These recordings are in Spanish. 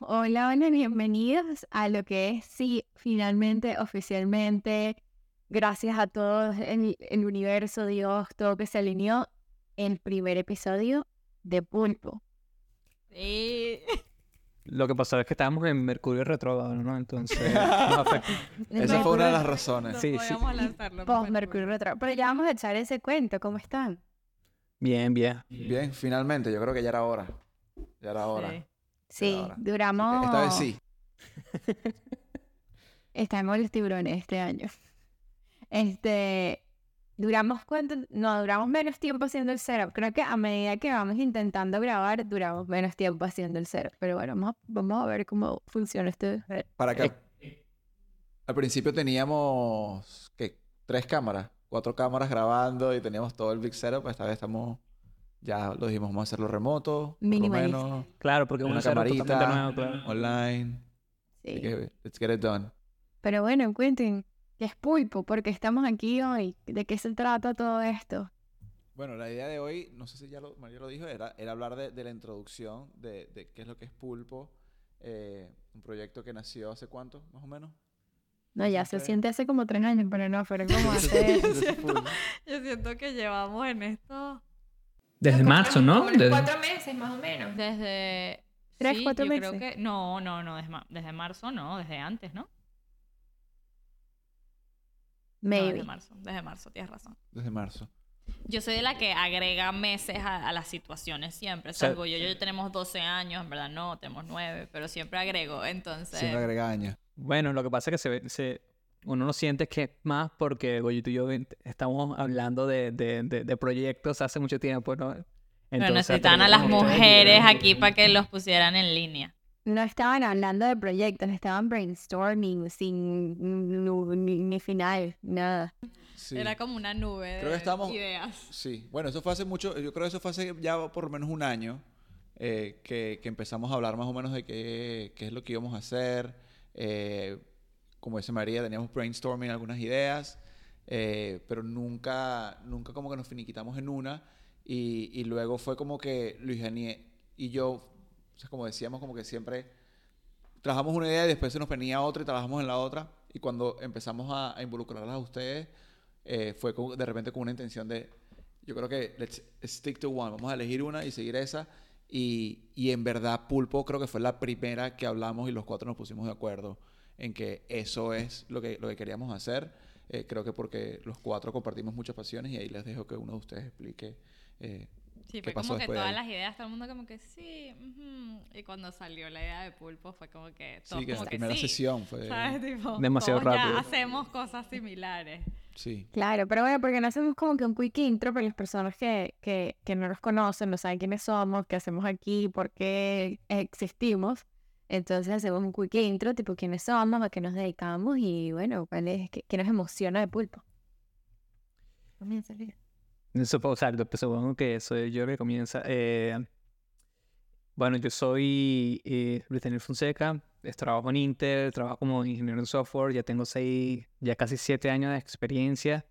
Hola, hola, bienvenidos a lo que es, sí, finalmente, oficialmente, gracias a todo el universo, Dios, todo que se alineó, el primer episodio de Pulpo. Sí. Lo que pasó es que estábamos en Mercurio retrógrado, ¿no? Entonces nos afectó. Esa fue una de las Mercurio razones. No Sí, sí. podíamos lanzarlo. post Mercurio retrógrado. Pero ya vamos a echar ese cuento, ¿cómo están? Bien, bien. Bien, finalmente, yo creo que ya era hora. Ya era hora. Sí. Ya era Sí, hora. duramos... Esta vez sí. Estamos los tiburones este año. ¿Duramos cuánto? No, duramos menos tiempo haciendo el setup. Creo que a medida que vamos intentando grabar, duramos menos tiempo haciendo el setup. Pero bueno, vamos a ver cómo funciona esto. Para que al principio teníamos, ¿qué? 3 cámaras, 4 cámaras grabando y teníamos todo el big setup. Esta vez ya lo dijimos, vamos a hacerlo remoto, por lo Minimalista. menos, Claro, porque es una un cero totalmente camarita, nuevo, claro. online. Así Sí. que, let's get it done. Pero bueno, cuenten, ¿qué es Pulpo? ¿Por qué estamos aquí hoy? ¿De qué se trata todo esto? Bueno, la idea de hoy, no sé si María lo dijo, era hablar de la introducción, de qué es lo que es Pulpo. Un proyecto que nació hace cuánto, más o menos. No, ya se 2003. siente hace como 3 años, pero no, fueron como hace... Yo siento que llevamos en esto Desde marzo, ¿no? Desde- 4 meses más o menos. desde... 3, sí, 4 yo meses. creo que... No, desde marzo no, desde antes, ¿no? No, Maybe. desde marzo, tienes razón. Desde marzo. Yo soy de la que agrega meses a las situaciones siempre. sea, Salvo yo tenemos 12 años, en verdad no, tenemos 9, pero siempre agrego, entonces... Siempre agrega años. Bueno, lo que pasa es que uno lo siente que es más porque Goyito y yo estamos hablando de proyectos hace mucho tiempo, ¿no? Pero Entonces, necesitan hasta a que las llegamos ustedes y mujeres era- aquí para que los pusieran en línea. No estaban hablando de proyectos, estaban brainstorming sin ni final, nada. Sí. Era como una nube Creo que de estamos- ideas. Sí, bueno, eso fue hace mucho, yo creo que eso fue hace ya por lo menos un año que empezamos a hablar más o menos de qué es lo que íbamos a hacer. Como dice María, teníamos brainstorming algunas ideas, pero nunca como que nos finiquitamos en una y luego fue como que Luis Daniel y yo, o sea, como decíamos, como que siempre trabajamos una idea y después se nos venía otra y trabajamos en la otra y cuando empezamos a involucrarlas a ustedes fue de repente con una intención de, yo creo que let's stick to one, vamos a elegir una y seguir esa. Y en verdad Pulpo creo que fue la primera que hablamos y los 4 nos pusimos de acuerdo en que eso es lo que queríamos hacer. Creo que porque los 4 compartimos muchas pasiones y ahí les dejo que uno de ustedes explique Sí, qué fue pasó como que después de todas ahí. las ideas, todo el mundo como que sí, ujú. Y cuando salió la idea de Pulpo fue como que todos Sí, que como la que primera sí. sesión fue... ¿Sabes? Tipo, Demasiado todos rápido. ya hacemos cosas similares. Sí. Claro, pero bueno, porque no hacemos como que un quick intro para las personas que no nos conocen, no saben quiénes somos, qué hacemos aquí, por qué existimos. Entonces hacemos un quick intro, tipo quiénes somos, a qué nos dedicamos y bueno, qué nos emociona de Pulpo. Comienza, Lidia. Exacto, pues supongo que soy yo que comienza. Bueno, yo soy Luis Daniel Fonseca, trabajo en Intel, trabajo como ingeniero en software, ya tengo ya casi 7 años de experiencia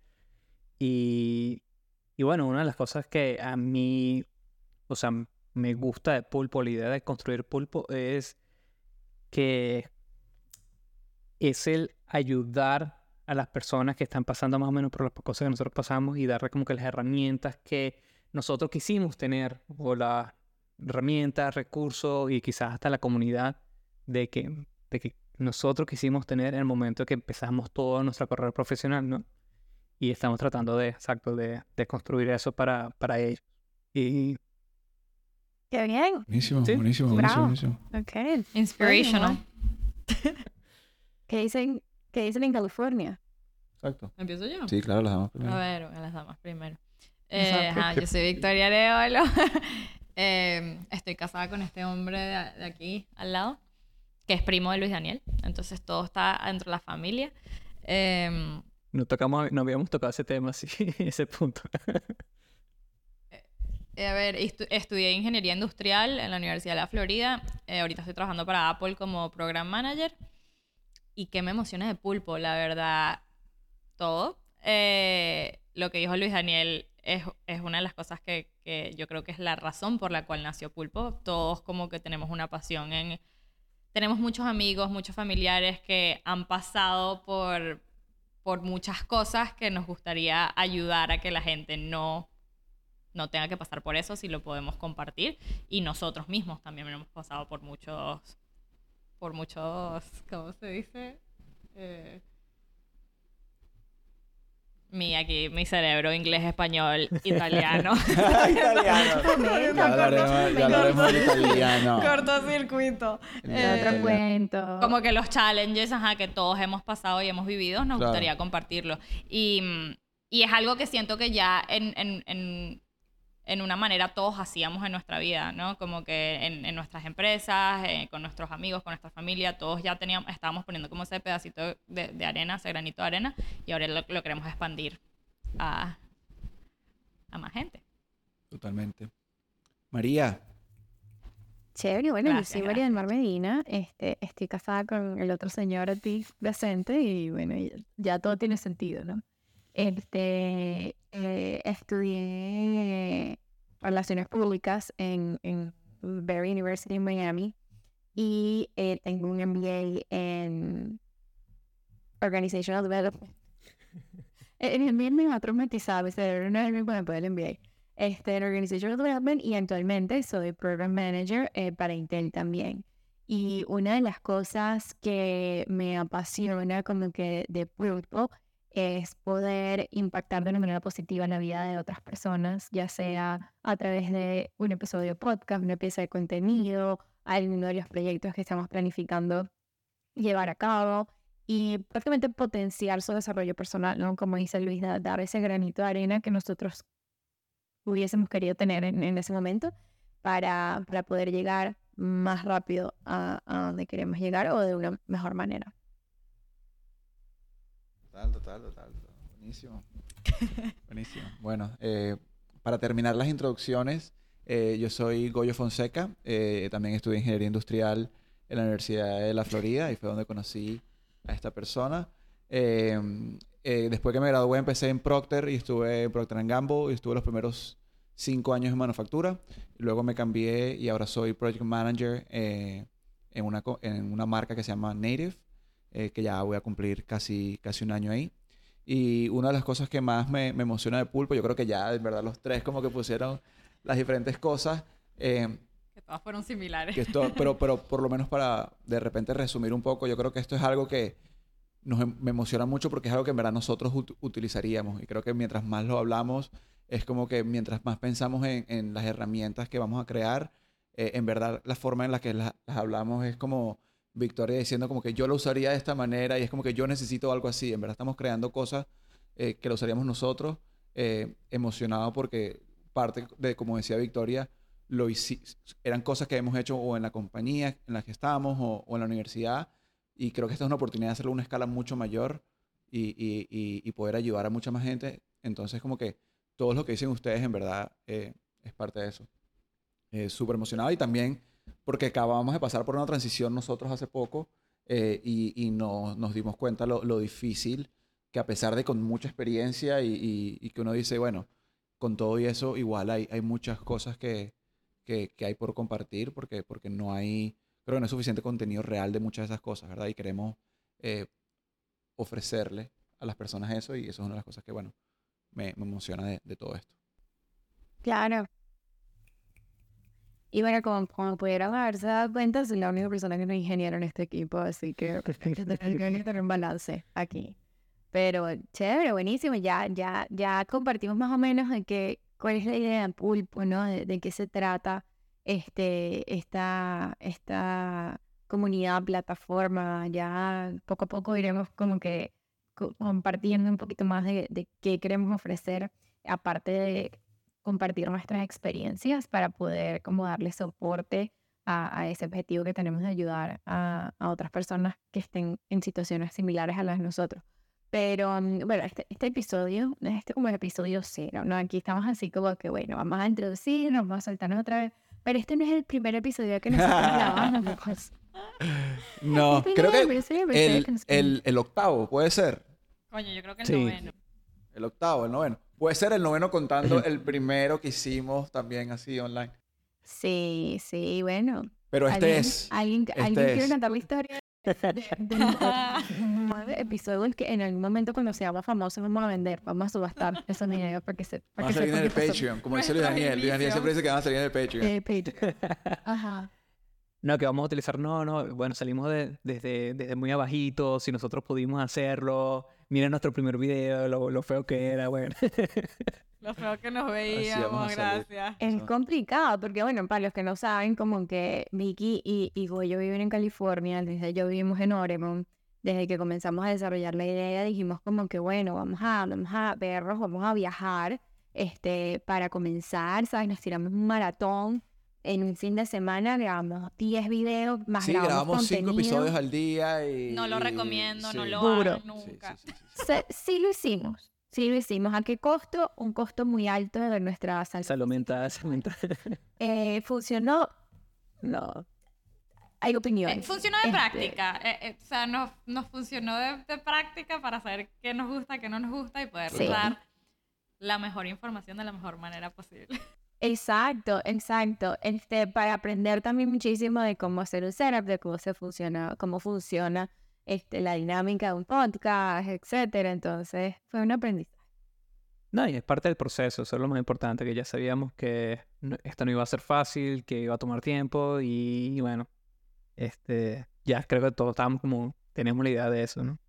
y bueno, una de las cosas que a mí, o sea, me gusta de Pulpo, la idea de construir Pulpo es que es el ayudar a las personas que están pasando más o menos por las cosas que nosotros pasamos y darle como que las herramientas que nosotros quisimos tener o las herramientas, recursos y quizás hasta la comunidad de que nosotros quisimos tener en el momento que empezamos toda nuestra carrera profesional, ¿no? Y estamos tratando exacto, de construir eso para ellos. Y ¡Qué bien! Buenísimo, Sí. buenísimo, Bravo. buenísimo. Ok. Inspirational. ¿Qué dicen en California? Exacto. ¿Empiezo yo? Sí, claro, las damos primero. A ver, a las damas primero. Exacto. Yo soy Victoria Arevalo. Estoy casada con este hombre de aquí al lado, que es primo de Luis Daniel. Entonces todo está dentro de la familia. no habíamos tocado ese tema así, ese punto. A ver, estudié ingeniería industrial en la Universidad de la Florida. Ahorita estoy trabajando para Apple como Program Manager. ¿Y qué me emociona de Pulpo? La verdad, todo. Lo que dijo Luis Daniel es una de las cosas que yo creo que es la razón por la cual nació Pulpo. Todos como que tenemos una pasión en tenemos muchos amigos, muchos familiares que han pasado por muchas cosas que nos gustaría ayudar a que la gente no tenga que pasar por eso si lo podemos compartir. Y nosotros mismos también hemos pasado por muchos, ¿cómo se dice? Mi cerebro, inglés, español, italiano. Italiano. Ya hablaremos de italiano. Cortocircuito. Otro cuento. Como que los challenges, que todos hemos pasado y hemos vivido, nos Claro. gustaría compartirlo. Y es algo que siento que ya en una manera todos hacíamos en nuestra vida, ¿no? Como que en nuestras empresas, con nuestros amigos, con nuestra familia, todos ya estábamos poniendo como ese pedacito de arena, ese granito de arena, y ahora lo queremos expandir a más gente. Totalmente. María, Chévere, bueno, Gracias, yo soy María del Mar Medina, estoy casada con el otro señor aquí presente y bueno, ya todo tiene sentido, ¿no? Estudié Relaciones Públicas en Barry University en Miami y tengo un MBA en Organizational Development. En el MBA me ha traumatizado, pero no es el mismo después del MBA. En Organizational Development y actualmente soy Program Manager para Intel también. Y una de las cosas que me apasiona como que de Pulpo es poder impactar de una manera positiva en la vida de otras personas, ya sea a través de un episodio de podcast, una pieza de contenido, alguno de los proyectos que estamos planificando llevar a cabo y prácticamente potenciar su desarrollo personal, ¿no? Como dice Luis, dar ese granito de arena que nosotros hubiésemos querido tener en ese momento para poder llegar más rápido a donde queremos llegar o de una mejor manera. Total. Buenísimo. Buenísimo. Bueno, para terminar las introducciones, yo soy Goyo Fonseca. También estudié Ingeniería Industrial en la Universidad de la Florida y fue donde conocí a esta persona. Después que me gradué empecé en Procter y estuve en Procter & Gamble y estuve los primeros 5 años en manufactura. Luego me cambié y ahora soy Project Manager en una marca que se llama Native, que ya voy a cumplir casi un año ahí. Y una de las cosas que más me emociona de Pulpo, yo creo que ya, en verdad, los tres como que pusieron las diferentes cosas. Que todas fueron similares. Pero por lo menos para de repente resumir un poco, yo creo que esto es algo que me emociona mucho porque es algo que en verdad nosotros utilizaríamos. Y creo que mientras más lo hablamos, es como que mientras más pensamos en las herramientas que vamos a crear, en verdad la forma en la que las hablamos es como Victoria diciendo como que yo lo usaría de esta manera y es como que yo necesito algo así. En verdad estamos creando cosas que lo usaríamos nosotros, emocionado porque parte de, como decía Victoria, eran cosas que hemos hecho o en la compañía en la que estábamos o en la universidad, y creo que esta es una oportunidad de hacerlo a una escala mucho mayor y poder ayudar a mucha más gente. Entonces como que todo lo que dicen ustedes en verdad es parte de eso. Súper emocionado, y también porque acabamos de pasar por una transición nosotros hace poco y nos dimos cuenta lo difícil que, a pesar de con mucha experiencia y que uno dice, bueno, con todo y eso igual hay muchas cosas que hay por compartir porque no hay, creo que no es suficiente contenido real de muchas de esas cosas, ¿verdad? Y queremos ofrecerle a las personas eso, y eso es una de las cosas que, bueno, me emociona de todo esto. Claro. Y bueno, como pudieron haberse dado cuenta, soy la única persona que no es ingeniero en este equipo, así que hay que tener un balance aquí. Pero chévere, buenísimo. Ya compartimos más o menos cuál es la idea de Pulpo, ¿no? De qué se trata esta comunidad, plataforma. Ya poco a poco iremos como que compartiendo un poquito más de qué queremos ofrecer, aparte de compartir nuestras experiencias para poder como darle soporte a ese objetivo que tenemos de ayudar a otras personas que estén en situaciones similares a las de nosotros. Pero bueno, este episodio, como el episodio 0, ¿no? Aquí estamos así como que, bueno, vamos a introducir, nos vamos a soltarnos otra vez. Pero este no es el primer episodio que nosotros grabamos. No, creo que el octavo puede ser. Coño, yo creo que el Sí. noveno. El octavo, el noveno. Puede ser el noveno contando el primero que hicimos también así online. Sí, bueno. Pero ¿Alguien quiere es. contar la historia de episodios que en algún momento cuando seamos famosos vamos a vender, vamos a subastar esa idea para que Van a salir en el Patreon, como dice Luis Daniel. Luis Daniel siempre dice que van a salir en el Patreon. Ajá. No, que vamos a utilizar, bueno, salimos desde muy abajito, si nosotros pudimos hacerlo, miren nuestro primer video, lo feo que era, bueno. Lo feo que nos vamos veíamos, a salir. gracias. Es complicado porque, bueno, para los que no saben, como que Vicky y Goyo viven en California, desde yo vivimos en Oregon. Desde que comenzamos a desarrollar la idea, dijimos como que, bueno, vamos a vernos, vamos a viajar, para comenzar, ¿sabes? Nos tiramos un maratón. En un fin de semana grabamos 10 videos, más Sí, grabamos 5 contenido. episodios al día y... No lo recomiendo, sí. no lo Duro. hagan nunca. Sí lo hicimos. Sí lo hicimos. ¿A qué costo? Un costo muy alto de nuestra Salud mental. ¿Funcionó? No. Hay opiniones. Funcionó de práctica. O sea, nos funcionó de práctica para saber qué nos gusta, qué no nos gusta y poder Sí. dar la mejor información de la mejor manera posible. Exacto. Para aprender también muchísimo de cómo hacer un setup, de cómo funciona la dinámica de un podcast, etcétera. Entonces, fue un aprendizaje. No, y es parte del proceso, eso es lo más importante, que ya sabíamos que esto no iba a ser fácil, que iba a tomar tiempo y bueno, ya creo que todos tenemos la idea de eso, ¿no?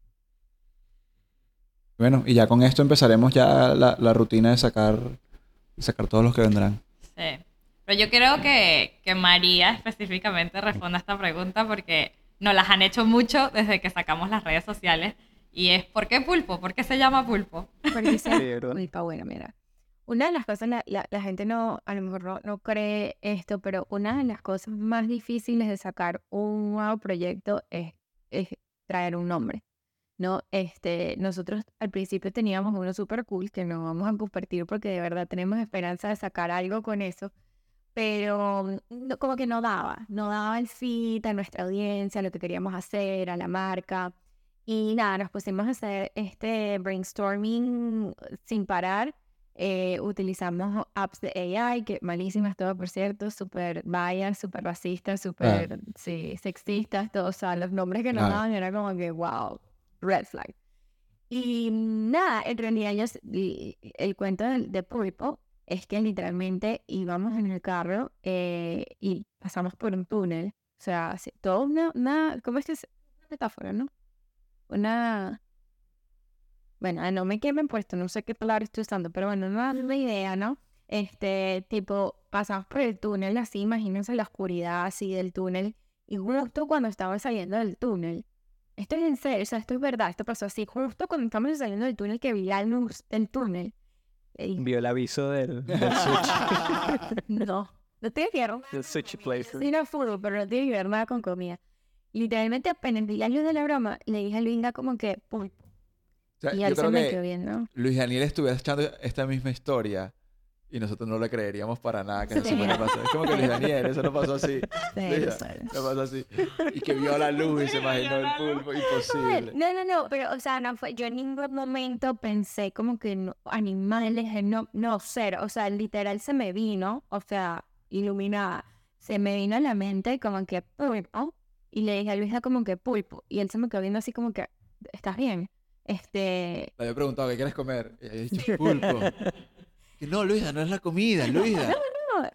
Bueno, y ya con esto empezaremos ya la rutina de sacar todos los que vendrán. Sí. Pero yo creo que María específicamente responda a esta pregunta porque nos las han hecho mucho desde que sacamos las redes sociales. Y es, ¿por qué pulpo? ¿Por qué se llama pulpo? Porque Sí, ¿verdad? bueno, mira. Una de las cosas, la gente a lo mejor no cree esto, pero una de las cosas más difíciles de sacar un nuevo proyecto es traer un nombre, ¿no? Nosotros al principio teníamos uno súper cool que no vamos a compartir porque de verdad tenemos esperanza de sacar algo con eso, pero como que no daba el fit a nuestra audiencia, a lo que queríamos hacer, a la marca. Y nada, nos pusimos a hacer brainstorming sin parar. Utilizamos apps de AI, que malísimas todo, por cierto, súper bias, súper racistas, súper sexistas, todos, o sea, los nombres que nos Claro. daban era como que, wow, red flag. Y nada, en realidad el cuento de Pulpo es que literalmente íbamos en el carro y pasamos por un túnel, o sea, todo una ¿cómo es que es? Una metáfora, ¿no? Bueno, no me quemen puesto, no sé qué palabra estoy usando, pero bueno, una idea, ¿no? Tipo, pasamos por el túnel, así, imagínense la oscuridad así del túnel, y justo cuando estamos saliendo del túnel, esto es en serio, o sea, esto es verdad, esto pasó así, justo cuando estamos saliendo del túnel, que vi la luz del túnel, le dije, Vio el aviso del switch, no tiene que ver del switch places. sí, no fútbol, pero no tiene que ver nada con comida. Literalmente apenas vi la luz de la broma, le dije a Luisa como que, pulpo. O sea, Y yo él se creo me que quedó viendo. Luis Daniel estuviera echando esta misma historia y nosotros no le creeríamos para nada que eso Sí. se pueda pasar. Es como que Luis Daniel, eso no pasó así. Sí, Luisa, lo sé. no pasó así. Y que vio la luz y se imaginó el pulpo. Imposible. No, pero, o sea, no fue, yo en ningún momento pensé como que animales, no, cero, o sea, literal se me vino, o sea, iluminada, se me vino a la mente como que pulpo, y le dije a Luisa como que pulpo, y él se me quedó viendo así como que, ¿estás bien? Le había preguntado, ¿qué quieres comer? Y había dicho, pulpo. Que no, Luisa, no es la comida, Luisa. No,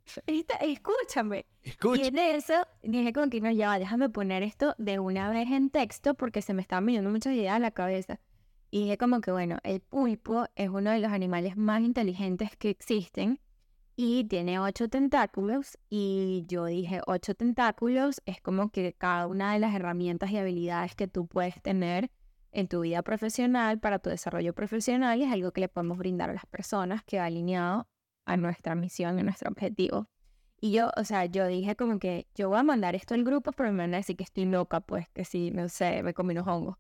escúchame. Y Escucha. en eso dije como que no, ya va, déjame poner esto de una vez en texto porque se me estaban viniendo muchas ideas a la cabeza. Y dije como que bueno, el pulpo es uno de los animales más inteligentes que existen y tiene 8 tentáculos. Y yo dije 8 tentáculos es como que cada una de las herramientas y habilidades que tú puedes tener en tu vida profesional, para tu desarrollo profesional, y es algo que le podemos brindar a las personas que va alineado a nuestra misión, a nuestro objetivo. Y yo, o sea, yo dije como que yo voy a mandar esto al grupo, pero me van a decir que estoy loca, pues, que sí, no sé, me comí unos hongos.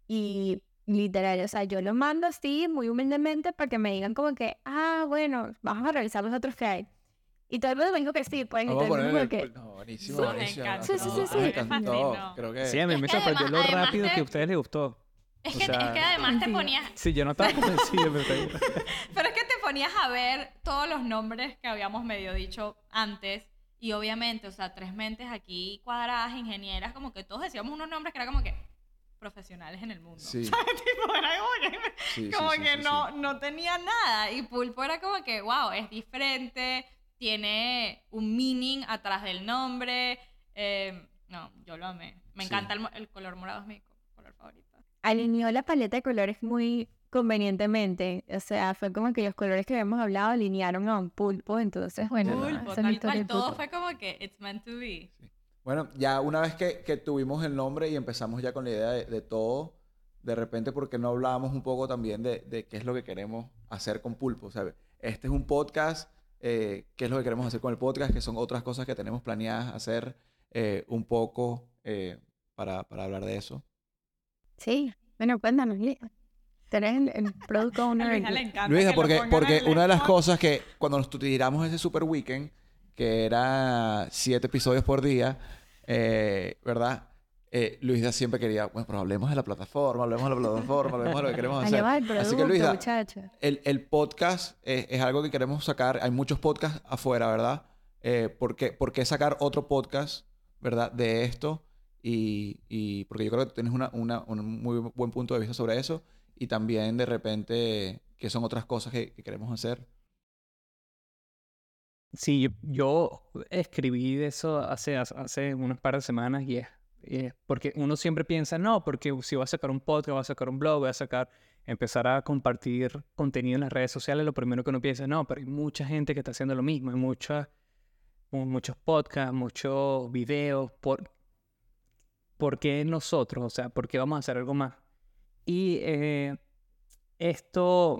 Y literal, o sea, yo lo mando así, muy humildemente, para que me digan como que, bueno, vamos a revisar los otros que hay. Y todo el mundo me dijo que sí, pues, y Vamos a todo el mundo poner como el... que... No, buenísimo, Nos buenísimo. encantó. Sí, sí, sí, Me sí. encantó. Fascinó. Creo que... Sí, a mí me Es que sorprendió lo además rápido de- que a ustedes les gustó. Es O que, sea, es que además te Sí. ponías... Sí, yo no estaba convencido, Pero es que te ponías a ver todos los nombres que habíamos medio dicho antes Y obviamente, o sea, 3 mentes aquí cuadradas, ingenieras, como que todos decíamos unos nombres que era como que profesionales en el mundo. Sí. ¿Sabes? Tipo, era Sí, como sí, sí, que sí, no, sí. no tenía nada. Y Pulpo era como que, wow, es diferente, tiene un meaning atrás del nombre. No, yo lo amé. Me Sí. encanta el color morado, es mi color favorito. Alineó la paleta de colores muy convenientemente. O sea, fue como que los colores que habíamos hablado alinearon a un pulpo. Entonces, bueno, no, Pulpo, esa es la tal historia cual, del todo pulpo. fue como que it's meant to be. Bueno, ya una vez que tuvimos el nombre y empezamos ya con la idea de todo, de repente, ¿por qué no hablábamos un poco también de qué es lo que queremos hacer con Pulpo? O sea, este es un podcast, ¿qué es lo que queremos hacer con el podcast? Que son otras cosas que tenemos planeadas hacer un poco para hablar de eso. Sí, bueno, cuéntanos, Luisa. Tú eres el product A owner. Luisa le encanta Luisa, que lo pongan porque en el una de las spot. cosas que cuando nos tiramos ese super weekend, que era 7 episodios por día, ¿verdad? Luisa siempre quería, bueno, pero hablemos de la plataforma, hablemos de lo que queremos hacer. Allá va el Así que producto, Luisa, muchacho. el podcast es algo que queremos sacar. Hay muchos podcasts afuera, ¿verdad? ¿Por qué sacar otro podcast, ¿verdad? De esto. Y porque yo creo que tienes un muy buen punto de vista sobre eso. Y también de repente, que son otras cosas que queremos hacer. Sí, yo escribí de eso hace unas par de semanas y es porque uno siempre piensa, no, porque si voy a sacar un podcast, voy a sacar un blog, empezar a compartir contenido en las redes sociales, lo primero que uno piensa, no, pero hay mucha gente que está haciendo lo mismo, hay muchos podcasts, muchos videos, ¿por qué nosotros? O sea, ¿por qué vamos a hacer algo más? Y esto...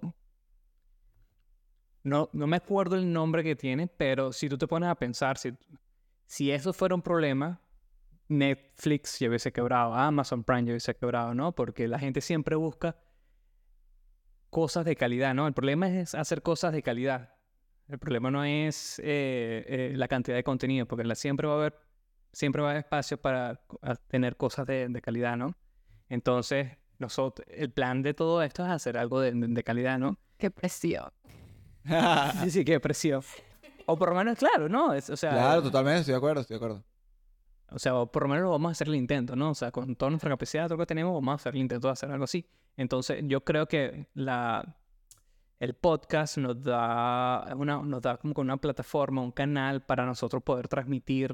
No me acuerdo el nombre que tiene, pero si tú te pones a pensar, si eso fuera un problema, Netflix ya hubiese quebrado, Amazon Prime ya hubiese quebrado, ¿no? Porque la gente siempre busca cosas de calidad, ¿no? El problema es hacer cosas de calidad. El problema no es la cantidad de contenido, porque siempre va a haber espacio para tener cosas de calidad, ¿no? Entonces, el plan de todo esto es hacer algo de calidad, ¿no? Qué presión. Sí, qué presión. O por lo menos, claro, ¿no? O sea, Claro, totalmente, estoy de acuerdo. O sea, o por lo menos vamos a hacer el intento, ¿no? O sea, con toda nuestra capacidad, todo lo que tenemos, vamos a hacer el intento de hacer algo así. Entonces, yo creo que el podcast nos da como que una plataforma, un canal para nosotros poder transmitir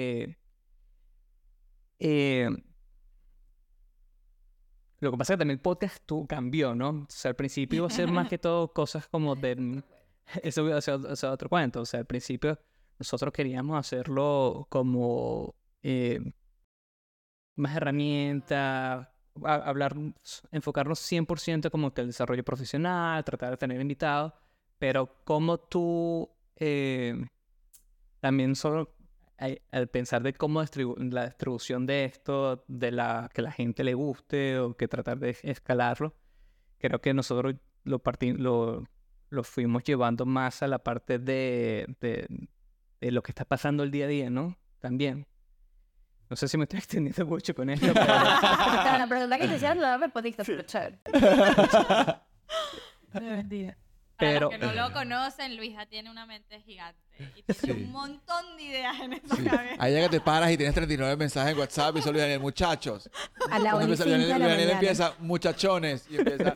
lo que pasa es que también el podcast cambió, ¿no? O sea, al principio iba a ser más que todo cosas como de... Eso iba a ser otro cuento. O sea, al principio nosotros queríamos hacerlo como más herramienta, enfocarnos 100% como que el desarrollo profesional, tratar de tener invitados, pero como tú también solo al pensar de cómo la distribución de esto, que la gente le guste o que tratar de escalarlo, creo que nosotros lo fuimos llevando más a la parte de lo que está pasando el día a día, ¿no? También. No sé si me estoy extendiendo mucho con esto, pero... La pregunta que te hicieron la respondiste, pero chévere. Mentira. Para Pero- los que no lo conocen, Luisa tiene una mente gigante y tiene Sí. un montón de ideas en esa Sí. cabeza. Ahí ya que te paras y tienes 39 mensajes en WhatsApp y solo Daniel, muchachos. A la Cuando 1 y 5 de la Daniel mañana. empieza, muchachones, y empieza...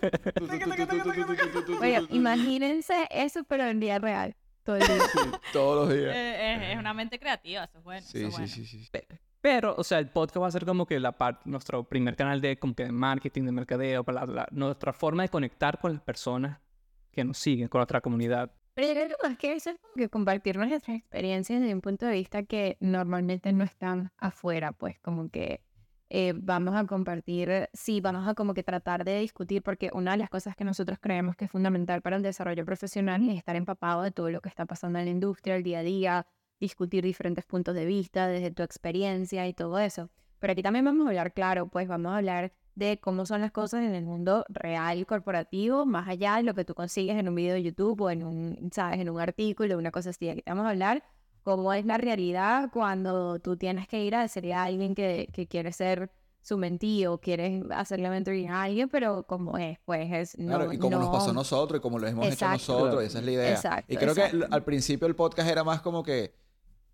Oye, imagínense eso, pero en día real. Todo el día. Sí, todos los días. Es una mente creativa, eso es bueno. eso Sí, es bueno. sí. Pero, o sea, el podcast va a ser como que nuestro primer canal como que de marketing, de mercadeo, nuestra forma de conectar con las personas que nos siguen, con nuestra comunidad. Pero yo creo que es que eso es como que compartir nuestras experiencias desde un punto de vista que normalmente no están afuera, pues como que vamos a compartir, sí, vamos a como que tratar de discutir, porque una de las cosas que nosotros creemos que es fundamental para el desarrollo profesional es estar empapado de todo lo que está pasando en la industria, el día a día, discutir diferentes puntos de vista desde tu experiencia y todo eso. Pero aquí también vamos a hablar, claro, pues vamos a hablar de cómo son las cosas en el mundo real y corporativo, más allá de lo que tú consigues en un video de YouTube o ¿sabes? En un artículo, una cosa así. Aquí te vamos a hablar cómo es la realidad cuando tú tienes que ir a decirle a alguien que quiere ser su mentee o quieres hacerle mentoring a alguien, pero como es, pues es... Claro, y como nos pasó a nosotros y como lo hemos hecho Exacto. nosotros, esa es la idea. Exacto, Y creo que exacto. al principio el podcast era más como que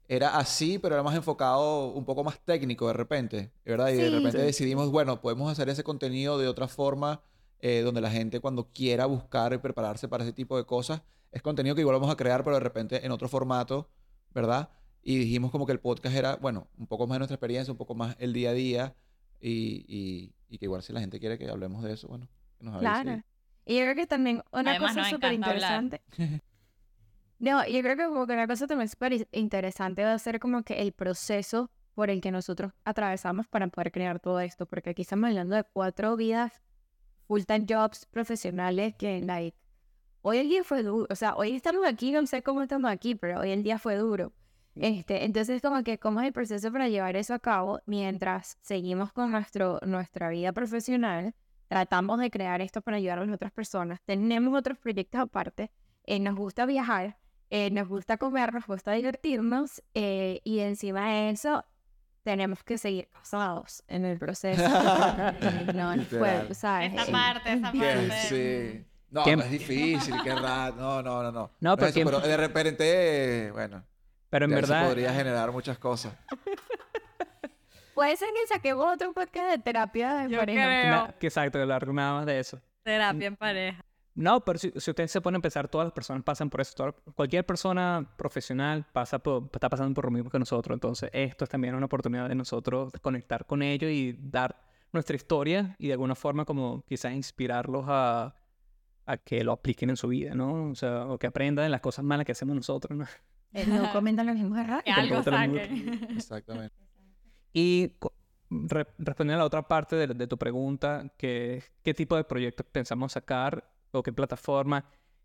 era así, pero era más enfocado, un poco más técnico de repente, ¿verdad? Y de Sí, repente decidimos, bueno, podemos hacer ese contenido de otra forma, donde la gente cuando quiera buscar y prepararse para ese tipo de cosas, es contenido que igual vamos a crear, pero de repente en otro formato, ¿verdad? Y dijimos como que el podcast era, bueno, un poco más de nuestra experiencia, un poco más el día a día, y que igual si la gente quiere que hablemos de eso, bueno, que nos avise. claro. Y yo creo que también una Además, cosa nos súper encanta hablar. interesante. No, yo creo que como que una cosa también súper interesante va a ser como que el proceso por el que nosotros atravesamos para poder crear todo esto, porque aquí estamos hablando de 4 vidas full-time jobs profesionales que, like, hoy el día fue duro, o sea, hoy estamos aquí, no sé cómo estamos aquí, pero hoy el día fue duro. Entonces como que cómo es el proceso para llevar eso a cabo mientras seguimos con nuestra vida profesional, tratamos de crear esto para ayudar a las otras personas, tenemos otros proyectos aparte, nos gusta viajar, nos gusta comer, nos gusta divertirnos, y encima de eso tenemos que seguir casados en el proceso. No, Literal. ¿sabes? Esa parte. Que sí. No, ¿Qué? no es difícil, qué rato. No. No, No es pero, eso, pero de repente, bueno, pero en de ahí se verdad, podría generar muchas cosas. Puede ser que saquemos otro podcast de terapia de Yo pareja. creo. que exacto, hablar nada más de eso. Terapia en pareja. No, pero si ustedes se ponen a pensar, todas las personas pasan por eso. Cualquier persona profesional está pasando por lo mismo que nosotros. Entonces, esto es también una oportunidad de nosotros conectar con ellos y dar nuestra historia y de alguna forma como quizás inspirarlos a que lo apliquen en su vida, ¿no? O sea, o que aprendan de las cosas malas que hacemos nosotros, ¿no? No comentan los mismos errores. Que algo Tampoco te lo saquen. Exactamente. Y respondiendo a la otra parte de tu pregunta, que ¿qué tipo de proyectos pensamos sacar o qué plataforma?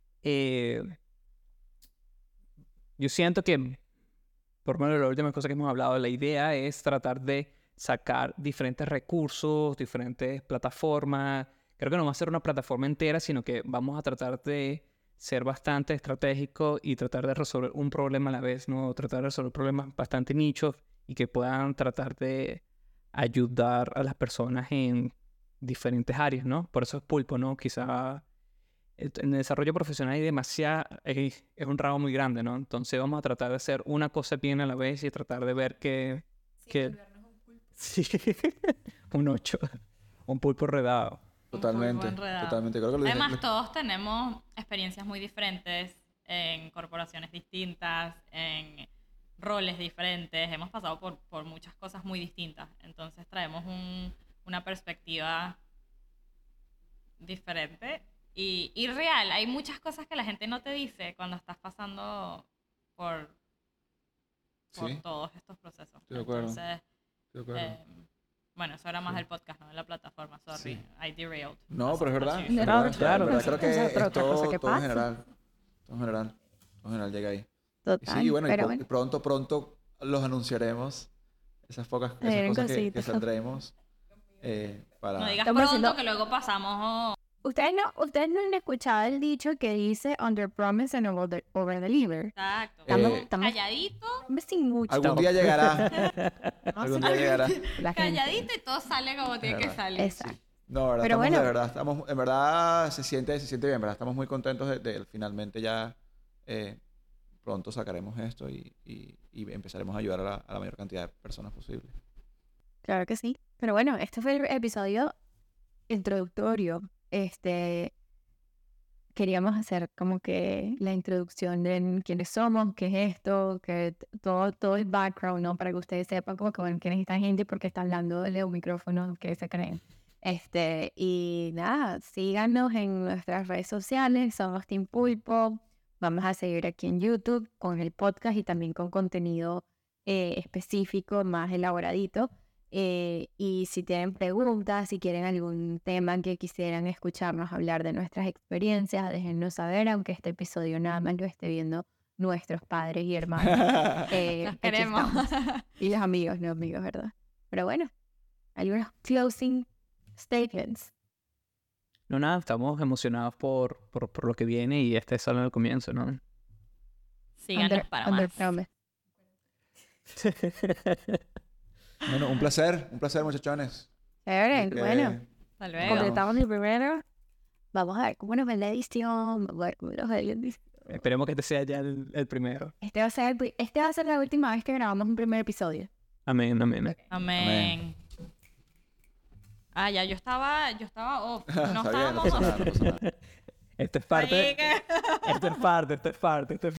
Yo siento que, por lo menos la última cosa que hemos hablado, la idea es tratar de sacar diferentes recursos, diferentes plataformas. Creo que no va a ser una plataforma entera, sino que vamos a tratar de ser bastante estratégico y tratar de resolver un problema a la vez, ¿no? Tratar de resolver problemas bastante nichos y que puedan tratar de ayudar a las personas en diferentes áreas, ¿no? Por eso es Pulpo, ¿no? Quizá en el desarrollo profesional hay es un ramo muy grande, ¿no? Entonces vamos a tratar de hacer una cosa bien a la vez y tratar de ver que sí, un 8, un pulpo redado. Totalmente. Un pulpo enredado. Totalmente. Creo que lo dije. Además, todos tenemos experiencias muy diferentes en corporaciones distintas, en roles diferentes. Hemos pasado por muchas cosas muy distintas. Entonces, traemos una perspectiva diferente y real. Hay muchas cosas que la gente no te dice cuando estás pasando por Sí, todos estos procesos. Estoy de acuerdo. Entonces, estoy de acuerdo. bueno, eso era más Sí. del podcast, no de la plataforma. Sorry, Sí. I derailed. No, pero es verdad. Sí. Es No, verdad, claro. en verdad creo que Esa es otra es cosa que todo en pasa. general. Todo en general. Todo en general llega ahí. Y Total, sí, bueno, y pero bueno. pronto los anunciaremos. Esas Vienen cosas que cositas. saldremos. Para... No digas Estamos pronto haciendo- que luego pasamos. Ustedes no han escuchado el dicho que dice under promise and over deliver. Exacto. Estamos Calladito, sin mucho. Algún día llegará. Algún día llegará. La gente. calladito y todo sale como tiene que verdad. salir. Exacto. No, verdad, Pero estamos, bueno. de verdad, estamos, en verdad se siente bien, ¿verdad? Estamos muy contentos de finalmente ya pronto sacaremos esto y empezaremos a ayudar a la mayor cantidad de personas posible. Claro que sí. Pero bueno, este fue el episodio introductorio. Queríamos hacer como que la introducción de quiénes somos, qué es esto, que todo el background, ¿no? Para que ustedes sepan como que, bueno, quién es esta gente y por qué está hablando de un micrófono, que se creen. Y nada, síganos en nuestras redes sociales, somos Team Pulpo. Vamos a seguir aquí en YouTube con el podcast y también con contenido específico, más elaboradito. Y si tienen preguntas, si quieren algún tema que quisieran escucharnos hablar de nuestras experiencias, déjennos saber, aunque este episodio nada más lo esté viendo nuestros padres y hermanos. Los Aquí queremos. estamos. Y los amigos, ¿verdad? Pero bueno, algunos closing statements. No, nada, estamos emocionados por lo que viene y este es solo el comienzo, ¿no? Síganos para under más. promise. Bueno, un placer muchachones. Chévere, Que- bueno, Hasta luego. Como- completamos el primero. Vamos a ver cómo nos va la edición. Vamos a ver cómo nos va la edición. Esperemos que este sea ya el primero. Este va a ser la última vez que grabamos un primer episodio. Amén, amén. Amén. Ah, ya, yo estaba off. No Está bien, no estábamos pasa nada, no pasa nada. Esto es parte. Ahí que- Esto es parte.